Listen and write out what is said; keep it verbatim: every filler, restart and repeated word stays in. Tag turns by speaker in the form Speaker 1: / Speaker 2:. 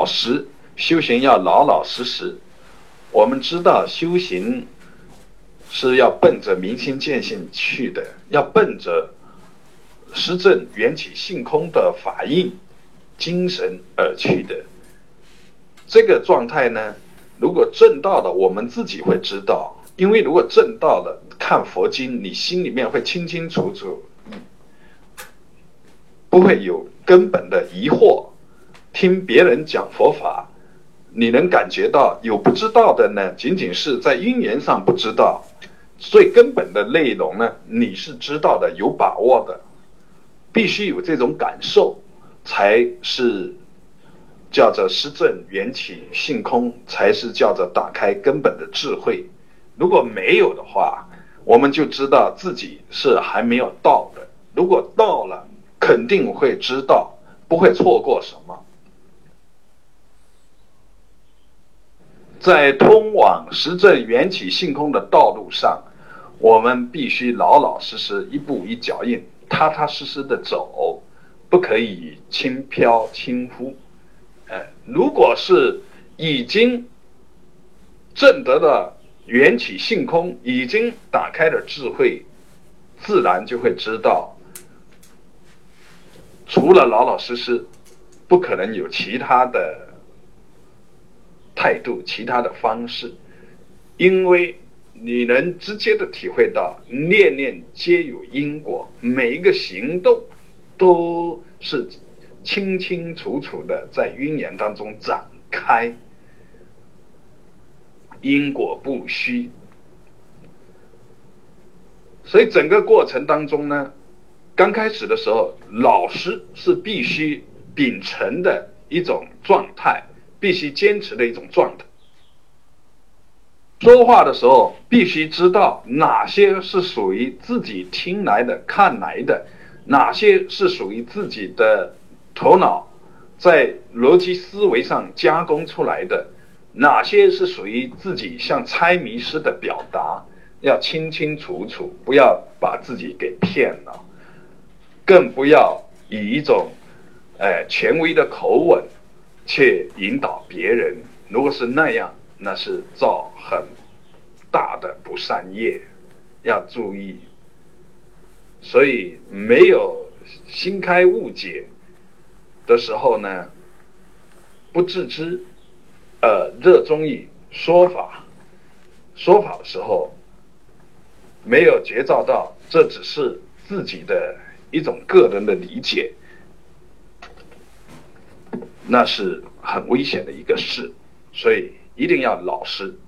Speaker 1: 老实，修行要老老实实。我们知道修行是要奔着明心见性去的，要奔着实证缘起性空的法印精神而去的。这个状态呢，如果证到了，我们自己会知道，因为如果证到了，看佛经，你心里面会清清楚楚，不会有根本的疑惑。听别人讲佛法，你能感觉到有不知道的呢，仅仅是在因缘上不知道，最根本的内容呢，你是知道的，有把握的，必须有这种感受，才是叫做实证缘起性空，才是叫做打开根本的智慧。如果没有的话，我们就知道自己是还没有到的。如果到了，肯定会知道，不会错过什么。在通往实证缘起性空的道路上，我们必须老老实实，一步一脚印，踏踏实实的走，不可以轻飘轻忽。呃，如果是已经证得了缘起性空，已经打开了智慧，自然就会知道，除了老老实实，不可能有其他的态度，其他的方式，因为你能直接的体会到念念皆有因果，每一个行动都是清清楚楚的在因缘当中展开，因果不虚。所以整个过程当中呢，刚开始的时候，老实是必须秉承的一种状态，必须坚持的一种状态。说话的时候必须知道哪些是属于自己听来的看来的，哪些是属于自己的头脑在逻辑思维上加工出来的，哪些是属于自己像猜谜似的表达，要清清楚楚，不要把自己给骗了，更不要以一种呃权威的口吻去引导别人。如果是那样，那是造很大的不善业，要注意。所以没有心开悟解的时候呢，不自知，呃，热衷于说法，说法的时候没有觉照到这只是自己的一种个人的理解，那是很危险的一个事。所以一定要老实，